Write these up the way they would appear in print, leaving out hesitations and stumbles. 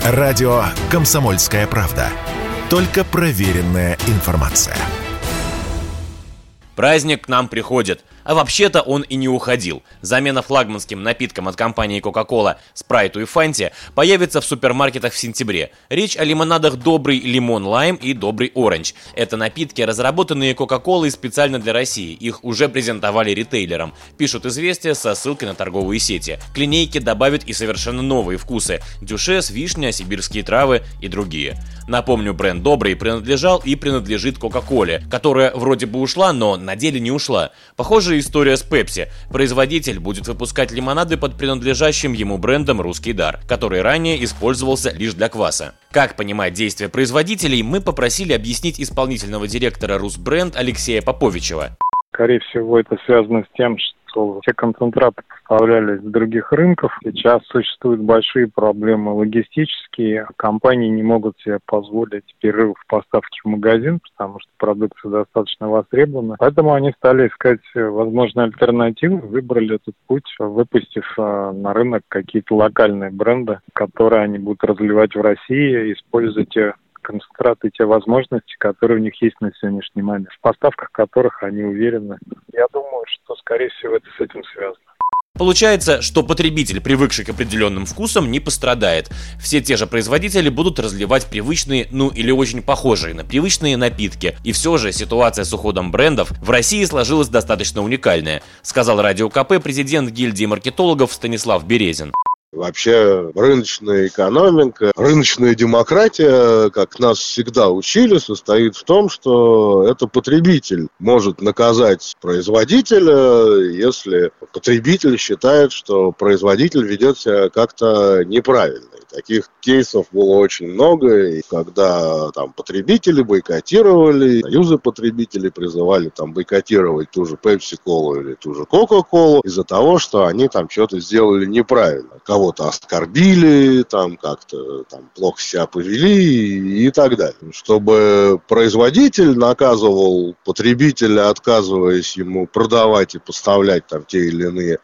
Радио «Комсомольская правда». Только проверенная информация. Праздник к нам приходит. А вообще-то он и не уходил. Замена флагманским напиткам от компании Coca-Cola, Спрайту и Фанте появится в супермаркетах в сентябре. Речь о лимонадах «Добрый лимон лайм» и «Добрый оранж». Это напитки, разработанные Coca-Cola специально для России. Их уже презентовали ритейлерам. Пишут «Известия» со ссылкой на торговые сети. К линейке добавят и совершенно новые вкусы: дюшес, вишня, сибирские травы и другие. Напомню, бренд «Добрый» принадлежал и принадлежит Coca-Cola, которая вроде бы ушла, но на деле не ушла. Похожая история с Пепси. Производитель будет выпускать лимонады под принадлежащим ему брендом «Русский дар», который ранее использовался лишь для кваса. Как понимать действия производителей, мы попросили объяснить исполнительного директора «Русбренд» Алексея Поповичева. Скорее всего, это связано с тем, что все концентраты поставлялись с других рынков. Сейчас существуют большие проблемы логистические. Компании не могут себе позволить перерыв в поставке в магазин, потому что продукция достаточно востребована. Поэтому они стали искать возможные альтернативы, выбрали этот путь, выпустив на рынок какие-то локальные бренды, которые они будут разливать в России, используя те концентраты, те возможности, которые у них есть на сегодняшний момент, в поставках которых они уверены. Я думаю, что, скорее всего, это с этим связано. Получается, что потребитель, привыкший к определенным вкусам, не пострадает. Все те же производители будут разливать привычные, или очень похожие на привычные напитки. И все же ситуация с уходом брендов в России сложилась достаточно уникальная, сказал Радио КП президент гильдии маркетологов Станислав Березин. Вообще рыночная экономика, рыночная демократия, как нас всегда учили, состоит в том, что это потребитель может наказать производителя, если потребитель считает, что производитель ведет себя как-то неправильно. И таких кейсов было очень много, и когда потребители бойкотировали, союзы потребителей призывали бойкотировать ту же Pepsi-Colу или ту же Coca-Colу из-за того, что они что-то сделали неправильно. Кого-то оскорбили, как-то плохо себя повели и так далее. Чтобы производитель наказывал потребителя, отказываясь ему продавать и поставлять те или иные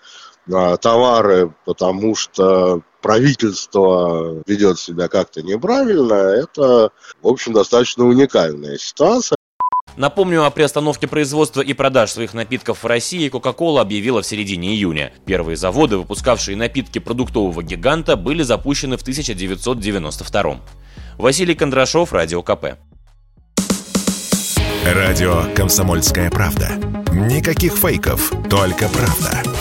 товары, потому что правительство ведет себя как-то неправильно, это, в общем, достаточно уникальная ситуация. Напомню, о приостановке производства и продаж своих напитков в России Coca-Cola объявила в середине июня. Первые заводы, выпускавшие напитки продуктового гиганта, были запущены в 1992. Василий Кондрашов, Радио КП. Радио «Комсомольская правда». Никаких фейков, только правда.